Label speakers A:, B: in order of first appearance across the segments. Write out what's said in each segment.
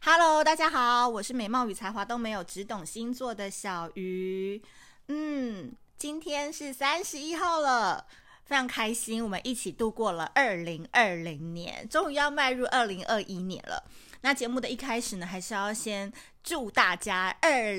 A: Hello， 大家好，我是美貌与才华都没有，只懂星座的小鱼。今天是31号了，非常开心，我们一起度过了2020年，终于要迈入2021年了。那节目的一开始呢，还是要先祝大家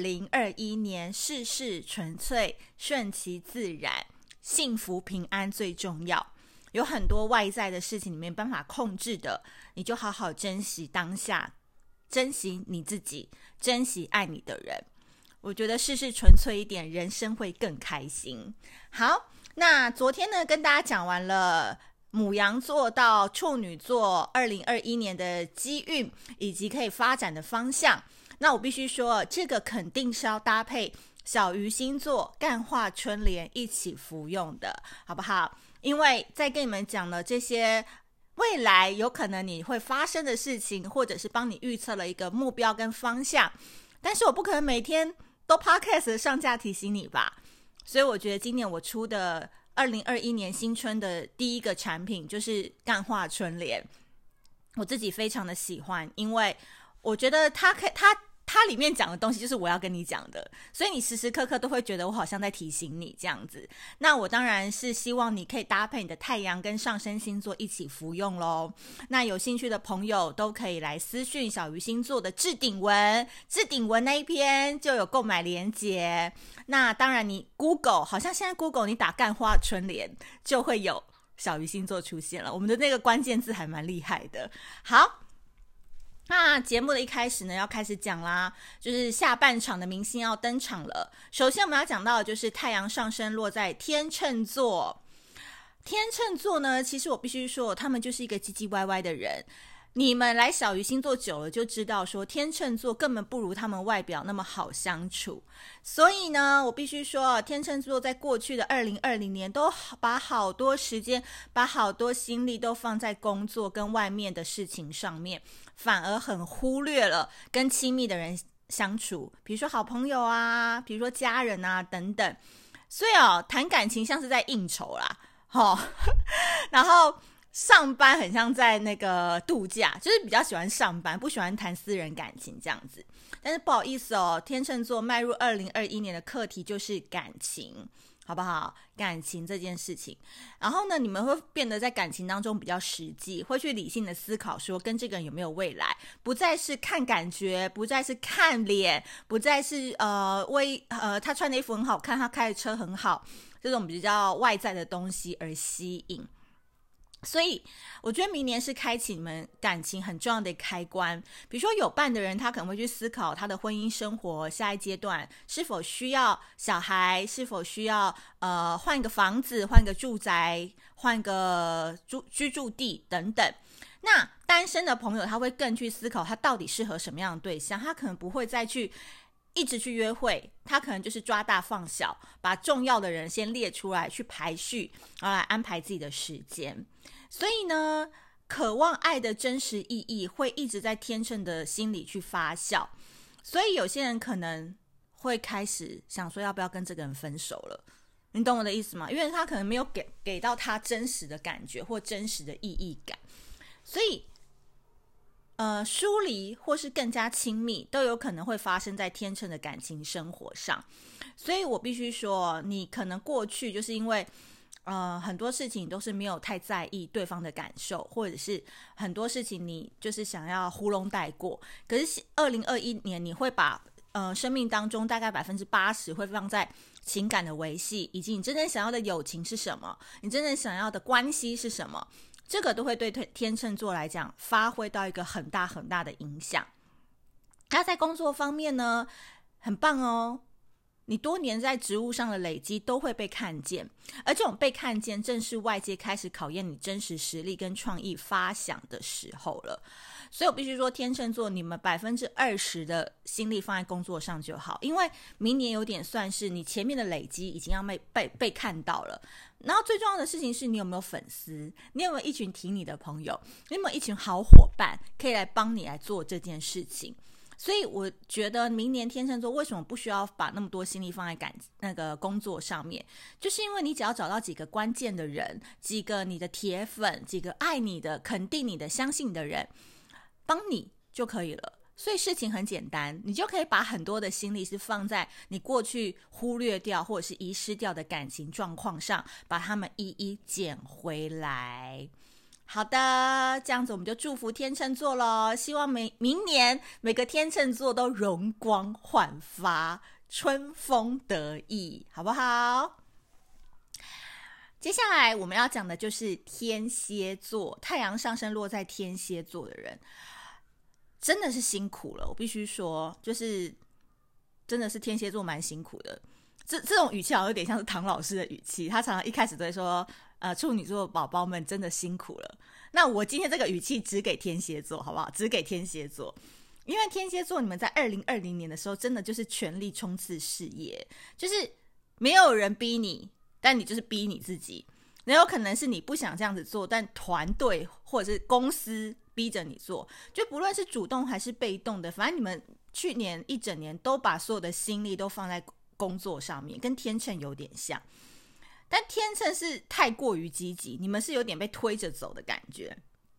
A: 2021年事事纯粹，顺其自然，幸福平安最重要。有很多外在的事情你没办法控制的，你就好好珍惜当下，珍惜你自己，珍惜爱你的人。我觉得事事纯粹一点，人生会更开心。好，那昨天呢，跟大家讲完了牡羊座到处女座2021年的机运以及可以发展的方向。那我必须说，这个肯定是要搭配小鱼星座干化春联一起服用的，好不好？因为在跟你们讲了这些未来有可能你会发生的事情，或者是帮你预测了一个目标跟方向，但是我不可能每天都 podcast 上架提醒你吧。所以我觉得今年我出的2021年新春的第一个产品就是干化春联，我自己非常的喜欢，因为我觉得它里面讲的东西就是我要跟你讲的，所以你时时刻刻都会觉得我好像在提醒你这样子。那我当然是希望你可以搭配你的太阳跟上升星座一起服用咯。那有兴趣的朋友都可以来私讯小鱼星座的置顶文那一篇就有购买连结。那当然你 Google 好像现在 Google 你打干花春联就会有小鱼星座出现了，我们的那个关键字还蛮厉害的。好，那节目的一开始呢，要开始讲啦，就是下半场的明星要登场了。首先我们要讲到的就是太阳上升落在天秤座。天秤座呢，其实我必须说他们就是一个唧唧歪歪的人，你们来小鱼星座久了就知道说天秤座根本不如他们外表那么好相处。所以呢，我必须说天秤座在过去的2020年都把好多时间把好多心力都放在工作跟外面的事情上面，反而很忽略了跟亲密的人相处，比如说好朋友啊，比如说家人啊等等。所以谈感情像是在应酬啦，然后上班很像在那个度假，就是比较喜欢上班，不喜欢谈私人感情这样子。但是不好意思天秤座迈入2021年的课题就是感情，好不好？感情这件事情，然后呢，你们会变得在感情当中比较实际，会去理性的思考说跟这个人有没有未来，不再是看感觉，不再是看脸，不再是他穿的衣服很好看，他开的车很好，这种比较外在的东西而吸引。所以我觉得明年是开启你们感情很重要的开关。比如说有伴的人，他可能会去思考他的婚姻生活下一阶段是否需要小孩，是否需要换一个房子，换一个住宅，换一个居住地等等。那单身的朋友他会更去思考他到底适合什么样的对象，他可能不会再去一直去约会，他可能就是抓大放小，把重要的人先列出来去排序，然后来安排自己的时间。所以呢，渴望爱的真实意义会一直在天秤的心里去发酵。所以有些人可能会开始想说要不要跟这个人分手了，你懂我的意思吗？因为他可能没有给到他真实的感觉或真实的意义感。所以疏离或是更加亲密都有可能会发生在天秤的感情生活上。所以我必须说，你可能过去就是因为很多事情都是没有太在意对方的感受，或者是很多事情你就是想要糊弄带过。可是2021年你会把生命当中大概80%会放在情感的维系，以及你真正想要的友情是什么，你真正想要的关系是什么，这个都会对天秤座来讲发挥到一个很大很大的影响。那在工作方面呢，很棒哦，你多年在职务上的累积都会被看见，而这种被看见正是外界开始考验你真实实力跟创意发想的时候了。所以我必须说，天秤座你们20%的心力放在工作上就好，因为明年有点算是你前面的累积已经要被看到了。然后最重要的事情是，你有没有粉丝，你有没有一群挺你的朋友，你有没有一群好伙伴可以来帮你来做这件事情。所以我觉得明年天秤座为什么不需要把那么多心力放在那个工作上面，就是因为你只要找到几个关键的人，几个你的铁粉，几个爱你的肯定你的相信你的人帮你就可以了。 所以事情很简单，你就可以把很多的心力是放在你过去忽略掉或者是遗失掉的感情状况上，把它们一一捡回来。好的，这样子我们就祝福天秤座咯，希望明年每个天秤座都容光焕发，春风得意，好不好？接下来我们要讲的就是天蝎座，太阳上升落在天蝎座的人真的是辛苦了，我必须说，就是真的是天蝎座蛮辛苦的。这种语气好像有点像是唐老师的语气，他常常一开始都会说处女座宝宝们真的辛苦了。那我今天这个语气只给天蝎座好不好？只给天蝎座，因为天蝎座你们在2020年的时候真的就是全力冲刺事业，就是没有人逼你，但你就是逼你自己。也有可能是你不想这样子做，但团队或者是公司逼着你做，就不论是主动还是被动的，反正你们去年一整年都把所有的心力都放在工作上面，跟天秤有点像。但天秤是太过于积极，你们是有点被推着走的感觉。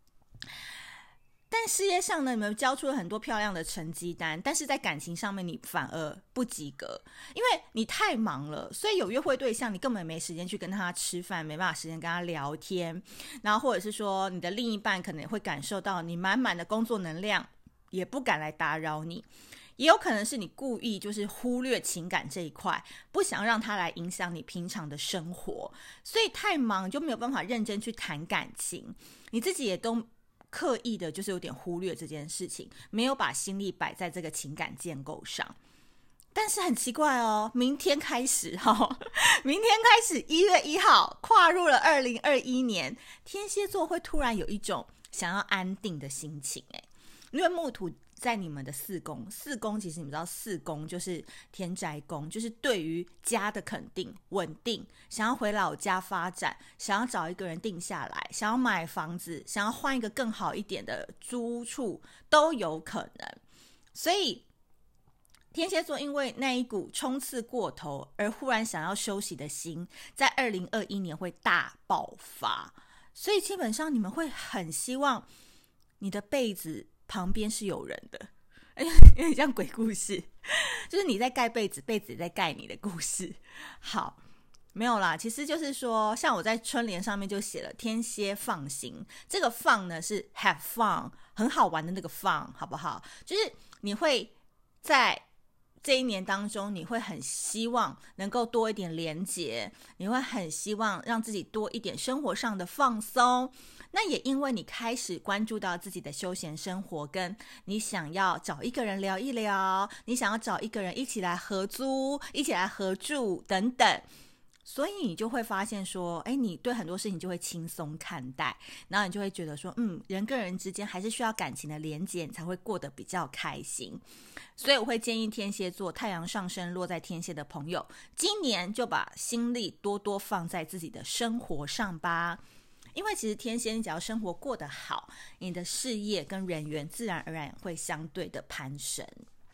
A: 但事业上呢，你们交出了很多漂亮的成绩单，但是在感情上面你反而不及格，因为你太忙了，所以有约会对象你根本没时间去跟他吃饭，没办法时间跟他聊天，然后或者是说你的另一半可能会感受到你满满的工作能量，也不敢来打扰你。也有可能是你故意就是忽略情感这一块，不想让它来影响你平常的生活，所以太忙就没有办法认真去谈感情，你自己也都刻意的就是有点忽略这件事情，没有把心力摆在这个情感建构上。但是很奇怪哦，明天开始明天开始1月1号跨入了2021年，天蝎座会突然有一种想要安定的心情因为木土在你们的四宫其实你们知道四宫就是天宅宫，就是对于家的肯定稳定，想要回老家发展，想要找一个人定下来，想要买房子，想要换一个更好一点的租处都有可能。所以天蝎座因为那一股冲刺过头而忽然想要休息的心，在2021年会大爆发，所以基本上你们会很希望你的被子旁边是有人的，有点像鬼故事，就是你在盖被子，被子也在盖你的故事。好，没有啦，其实就是说，像我在春联上面就写了天蝎放心，这个放呢是 have fun， 很好玩的那个放，好不好？就是你会在这一年当中，你会很希望能够多一点连结，你会很希望让自己多一点生活上的放松。那也因为你开始关注到自己的休闲生活，跟你想要找一个人聊一聊，你想要找一个人一起来合租，一起来合住等等，所以你就会发现说，你对很多事情就会轻松看待，然后你就会觉得说，人跟人之间还是需要感情的连结，你才会过得比较开心。所以我会建议天蝎座太阳上升落在天蝎的朋友，今年就把心力多多放在自己的生活上吧。因为其实天蝎你只要生活过得好，你的事业跟人缘自然而然会相对的攀升。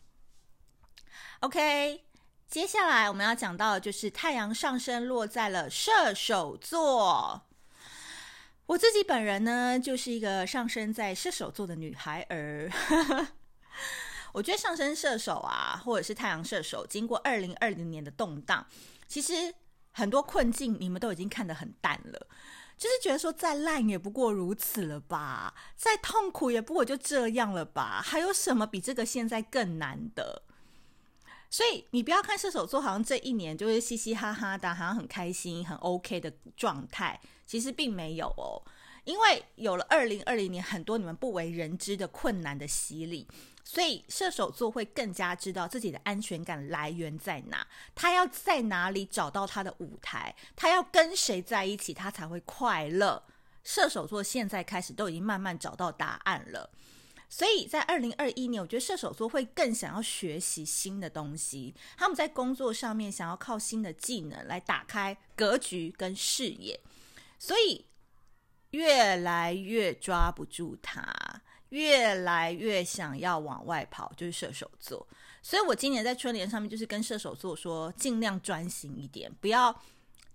A: OK， 接下来我们要讲到的就是太阳上升落在了射手座。我自己本人呢，就是一个上升在射手座的女孩儿我觉得上升射手啊，或者是太阳射手，经过2020年的动荡，其实很多困境你们都已经看得很淡了，就是觉得说再烂也不过如此了吧，再痛苦也不过就这样了吧，还有什么比这个现在更难的？所以你不要看射手座好像这一年就是嘻嘻哈哈的，好像很开心很 OK 的状态，其实并没有哦。因为有了2020年很多你们不为人知的困难的洗礼，所以射手座会更加知道自己的安全感来源在哪，他要在哪里找到他的舞台，他要跟谁在一起他才会快乐。射手座现在开始都已经慢慢找到答案了，所以在2021年我觉得射手座会更想要学习新的东西，他们在工作上面想要靠新的技能来打开格局跟视野，所以越来越抓不住他，越来越想要往外跑，就是射手座。所以我今年在春联上面就是跟射手座说，尽量专心一点，不要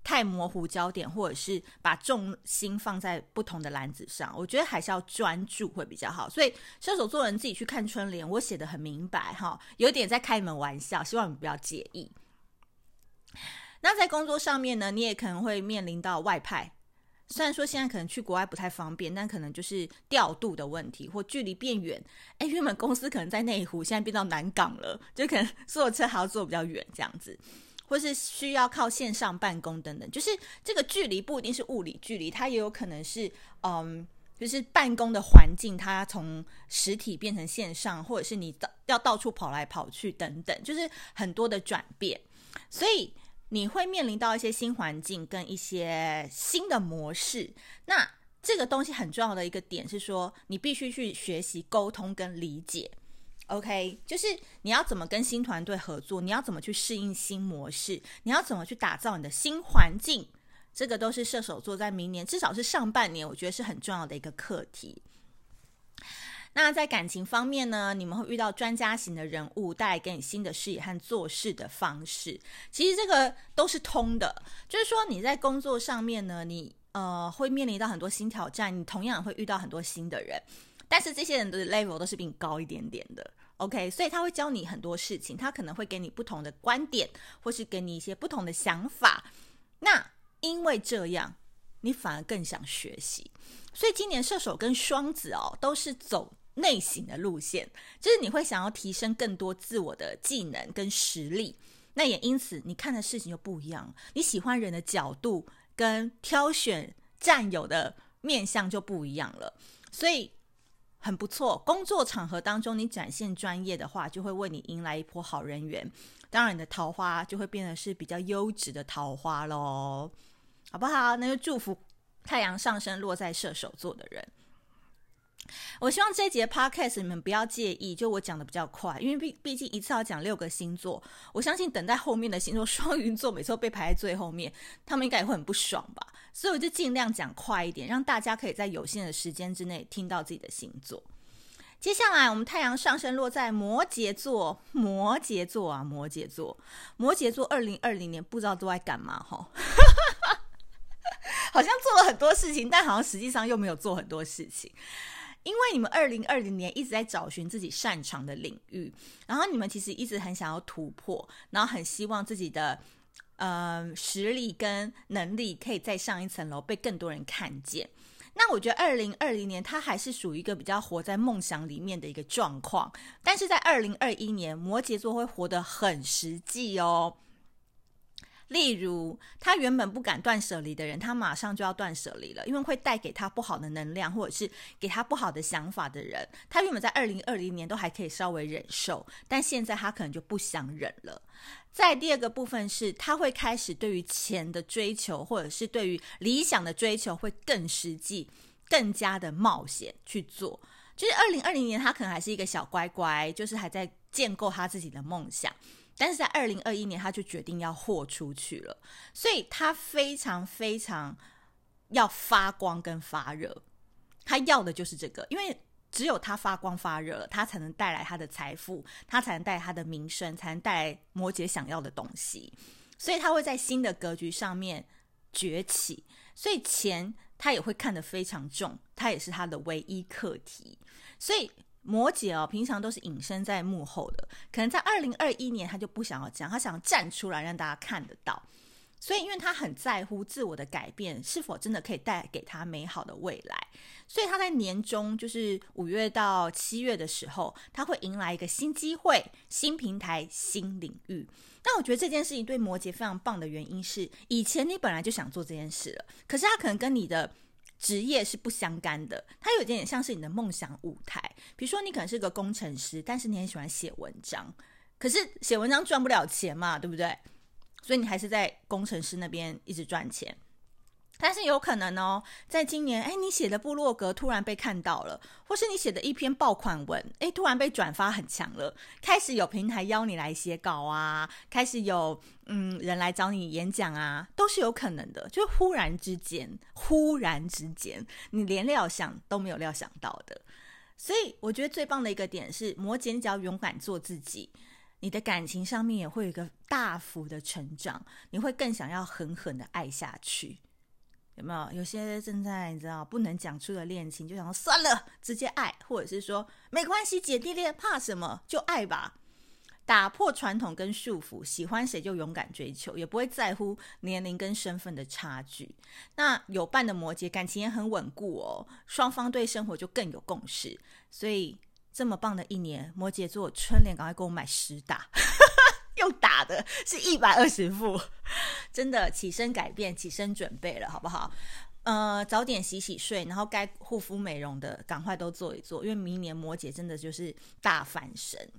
A: 太模糊焦点，或者是把重心放在不同的篮子上。我觉得还是要专注会比较好。所以射手座人自己去看春联，我写得很明白哈，有点在开你们玩笑，希望你们不要介意。那在工作上面呢，你也可能会面临到外派。虽然说现在可能去国外不太方便，但可能就是调度的问题，或距离变远。原本公司可能在内湖，现在变到南港了，就可能坐车还要坐比较远这样子，或是需要靠线上办公等等。就是这个距离不一定是物理距离，它也有可能是就是办公的环境它从实体变成线上，或者是你要到处跑来跑去等等，就是很多的转变。所以你会面临到一些新环境跟一些新的模式。那这个东西很重要的一个点是说，你必须去学习沟通跟理解。OK， 就是你要怎么跟新团队合作，你要怎么去适应新模式，你要怎么去打造你的新环境，这个都是射手座在明年至少是上半年我觉得是很重要的一个课题。那在感情方面呢，你们会遇到专家型的人物，带来给你新的视野和做事的方式。其实这个都是通的，就是说你在工作上面呢，你会面临到很多新挑战，你同样会遇到很多新的人，但是这些人的 level 都是比你高一点点的。OK， 所以他会教你很多事情，他可能会给你不同的观点，或是给你一些不同的想法。那因为这样，你反而更想学习。所以今年射手跟双子都是走内省的路线，就是你会想要提升更多自我的技能跟实力。那也因此你看的事情就不一样，你喜欢人的角度跟挑选战友的面向就不一样了。所以很不错，工作场合当中你展现专业的话，就会为你迎来一波好人缘，当然你的桃花就会变得是比较优质的桃花咯，好不好？那就祝福太阳上升落在射手座的人。我希望这一节 podcast 你们不要介意，就我讲的比较快，因为毕竟一次要讲6个星座，我相信等待后面的星座双鱼座每次都被排在最后面，他们应该也会很不爽吧，所以我就尽量讲快一点，让大家可以在有限的时间之内听到自己的星座。接下来我们太阳上升落在摩羯座2020年不知道都在干嘛好像做了很多事情，但好像实际上又没有做很多事情。因为你们2020年一直在找寻自己擅长的领域，然后你们其实一直很想要突破，然后很希望自己的实力跟能力可以再上一层楼，被更多人看见。那我觉得2020年它还是属于一个比较活在梦想里面的一个状况，但是在2021年摩羯座会活得很实际哦。例如他原本不敢断舍离的人，他马上就要断舍离了，因为会带给他不好的能量，或者是给他不好的想法的人，他原本在2020年都还可以稍微忍受，但现在他可能就不想忍了。再第二个部分是他会开始对于钱的追求，或者是对于理想的追求会更实际，更加的冒险去做。就是2020年他可能还是一个小乖乖，就是还在建构他自己的梦想，但是在2021年他就决定要豁出去了，所以他非常非常要发光跟发热，他要的就是这个，因为只有他发光发热了，他才能带来他的财富，他才能带来他的名声，才能带来摩羯想要的东西，所以他会在新的格局上面崛起，所以钱他也会看得非常重，他也是他的唯一课题。所以摩羯平常都是隐身在幕后的，可能在2021年他就不想要这样，他想站出来让大家看得到。所以因为他很在乎自我的改变是否真的可以带给他美好的未来，所以他在年中就是5月到7月的时候，他会迎来一个新机会、新平台、新领域。那我觉得这件事情对摩羯非常棒的原因是，以前你本来就想做这件事了，可是他可能跟你的职业是不相干的，它有点像是你的梦想舞台。比如说你可能是个工程师，但是你很喜欢写文章，可是写文章赚不了钱嘛，对不对？所以你还是在工程师那边一直赚钱。但是有可能在今年你写的部落格突然被看到了，或是你写的一篇爆款文突然被转发很强了，开始有平台邀你来写稿啊，开始有人来找你演讲啊，都是有可能的，就忽然之间你连料想都没有料想到的。所以我觉得最棒的一个点是，摩羯你只要勇敢做自己， 你的感情上面也会有一个大幅的成长，你会更想要狠狠的爱下去。有没有？有些正在你知道不能讲出的恋情，就想说算了，直接爱，或者是说没关系，姐弟恋怕什么，就爱吧。打破传统跟束缚，喜欢谁就勇敢追求，也不会在乎年龄跟身份的差距。那有伴的摩羯感情也很稳固哦，双方对生活就更有共识。所以这么棒的一年，摩羯座春联赶快给我买10打用打的是120副，真的起身改变，起身准备了，好不好？早点洗洗睡，然后该护肤美容的赶快都做一做，因为明年摩羯真的就是大翻身。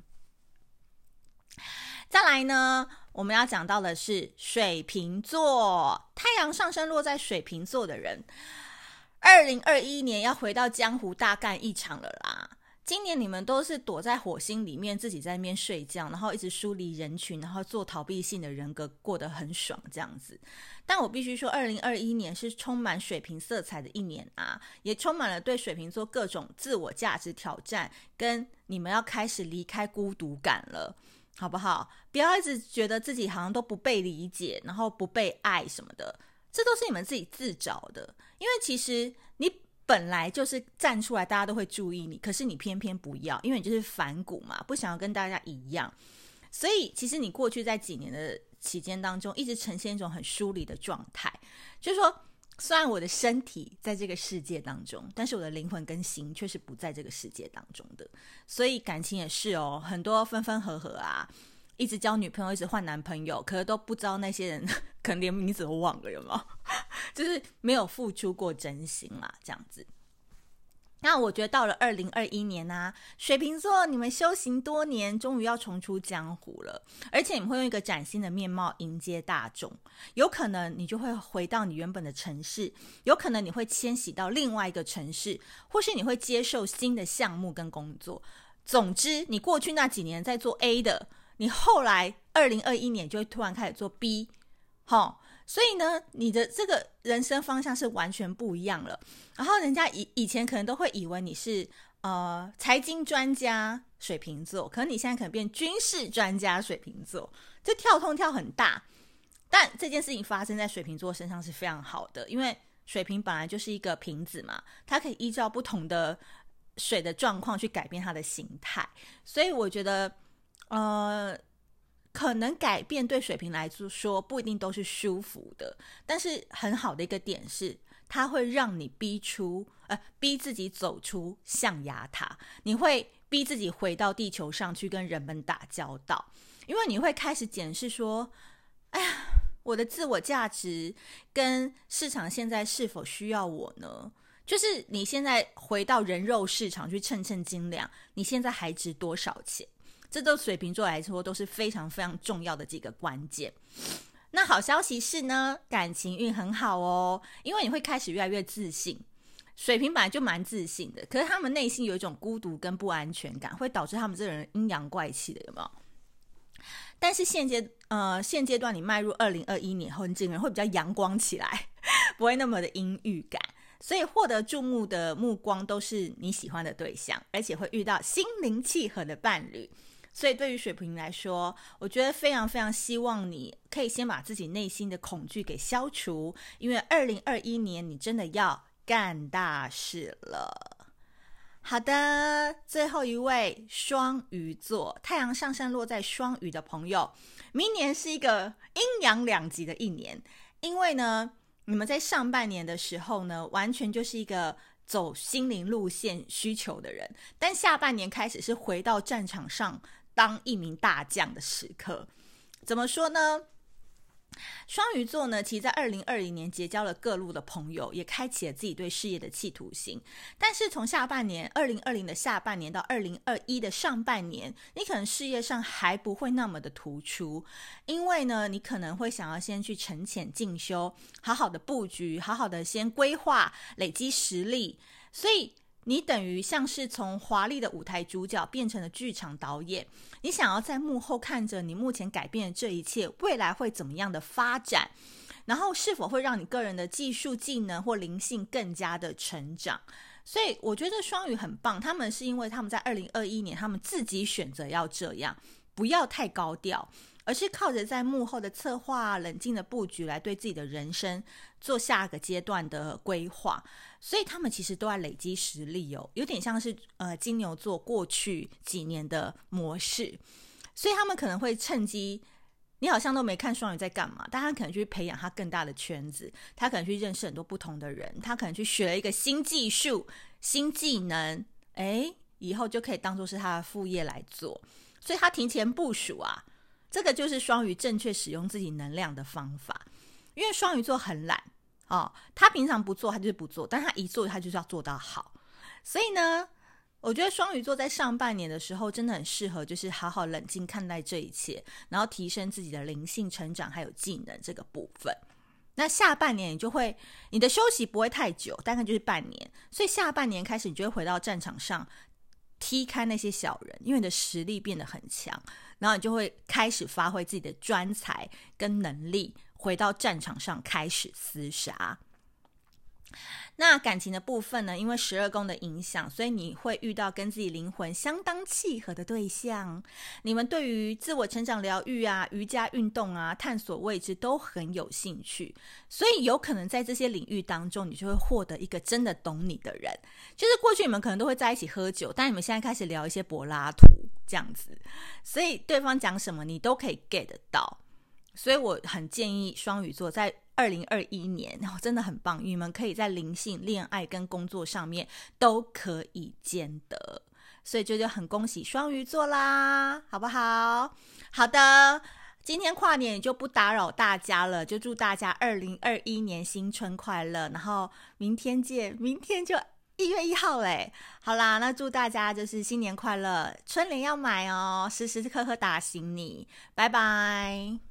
A: 再来呢，我们要讲到的是水瓶座，太阳上升落在水瓶座的人，2021年要回到江湖大干一场了啦。今年你们都是躲在火星里面，自己在那边睡觉，然后一直疏离人群，然后做逃避性的人格，过得很爽这样子。但我必须说2021年是充满水瓶色彩的一年啊，也充满了对水瓶座各种自我价值挑战，跟你们要开始离开孤独感了，好不好？不要一直觉得自己好像都不被理解，然后不被爱什么的，这都是你们自己自找的。因为其实你本来就是站出来大家都会注意你，可是你偏偏不要，因为你就是反骨嘛，不想要跟大家一样。所以其实你过去在几年的期间当中一直呈现一种很疏离的状态，就是说虽然我的身体在这个世界当中，但是我的灵魂跟心却是不在这个世界当中的。所以感情也是哦，很多分分合合啊，一直交女朋友，一直换男朋友，可是都不知道那些人可能连名字都忘了，有没有？就是没有付出过真心啦，这样子。那我觉得到了2021年啊，水瓶座你们修行多年，终于要重出江湖了，而且你们会用一个崭新的面貌迎接大众。有可能你就会回到你原本的城市，有可能你会迁徙到另外一个城市，或是你会接受新的项目跟工作。总之你过去那几年在做 A 的，你后来2021年就会突然开始做 B， 所以呢你的这个人生方向是完全不一样了。然后人家以前可能都会以为你是财经专家水瓶座，可能你现在可能变军事专家水瓶座，就跳通跳很大。但这件事情发生在水瓶座身上是非常好的，因为水瓶本来就是一个瓶子嘛，它可以依照不同的水的状况去改变它的形态。所以我觉得可能改变对水瓶来说不一定都是舒服的，但是很好的一个点是它会让你逼自己走出象牙塔，你会逼自己回到地球上去跟人们打交道。因为你会开始检视说，哎呀，我的自我价值跟市场现在是否需要我呢？就是你现在回到人肉市场去称斤两，你现在还值多少钱？这对水瓶座来说都是非常非常重要的几个关键。那好消息是呢，感情运很好哦，因为你会开始越来越自信。水瓶本来就蛮自信的，可是他们内心有一种孤独跟不安全感，会导致他们这个人阴阳怪气的，有没有？但是现阶段你迈入2021年后，你整个人会比较阳光起来，不会那么的阴郁感，所以获得注目的目光都是你喜欢的对象，而且会遇到心灵契合的伴侣。所以对于水瓶来说，我觉得非常非常希望你可以先把自己内心的恐惧给消除，因为2021年你真的要干大事了。好的，最后一位双鱼座，太阳上升落在双鱼的朋友，明年是一个阴阳两极的一年。因为呢，你们在上半年的时候呢，完全就是一个走心灵路线需求的人，但下半年开始是回到战场上当一名大将的时刻。怎么说呢？双鱼座呢，其实在2020年结交了各路的朋友，也开启了自己对事业的企图心。但是从下半年2020的下半年到2021的上半年，你可能事业上还不会那么的突出，因为呢，你可能会想要先去沉潜进修，好好的布局，好好的先规划，累积实力。所以你等于像是从华丽的舞台主角变成了剧场导演，你想要在幕后看着你目前改变的这一切，未来会怎么样的发展，然后是否会让你个人的技术技能或灵性更加的成长。所以我觉得双鱼很棒，他们是因为他们在2021年他们自己选择要这样， 不要太高调，而是靠着在幕后的策划、冷静的布局来对自己的人生做下个阶段的规划。所以他们其实都在累积实力哦，有点像是金牛座过去几年的模式。所以他们可能会趁机，你好像都没看双鱼在干嘛，但他可能去培养他更大的圈子，他可能去认识很多不同的人，他可能去学了一个新技术、新技能，以后就可以当作是他的副业来做。所以他提前部署啊，这个就是双鱼正确使用自己能量的方法。因为双鱼座很懒他平常不做他就是不做，但他一做他就是要做到好。所以呢，我觉得双鱼座在上半年的时候真的很适合，就是好好冷静看待这一切，然后提升自己的灵性成长还有技能这个部分。那下半年你的休息不会太久，大概就是半年，所以下半年开始你就会回到战场上，踢开那些小人，因为你的实力变得很强，然后你就会开始发挥自己的专才跟能力，回到战场上开始厮杀。那感情的部分呢，因为12宫的影响，所以你会遇到跟自己灵魂相当契合的对象，你们对于自我成长疗愈啊、瑜伽运动啊、探索未知都很有兴趣，所以有可能在这些领域当中，你就会获得一个真的懂你的人。就是过去你们可能都会在一起喝酒，但你们现在开始聊一些柏拉图这样子，所以对方讲什么你都可以 get 得到。所以我很建议双鱼座在2021年真的很棒，你们可以在灵性、恋爱跟工作上面都可以兼得，所以就很恭喜双鱼座啦，好不好？好的，今天跨年也就不打扰大家了，就祝大家2021年新春快乐，然后明天见，明天就1月1号嘞。好啦，那祝大家就是新年快乐，春联要买哦，时时刻刻打醒你，拜拜。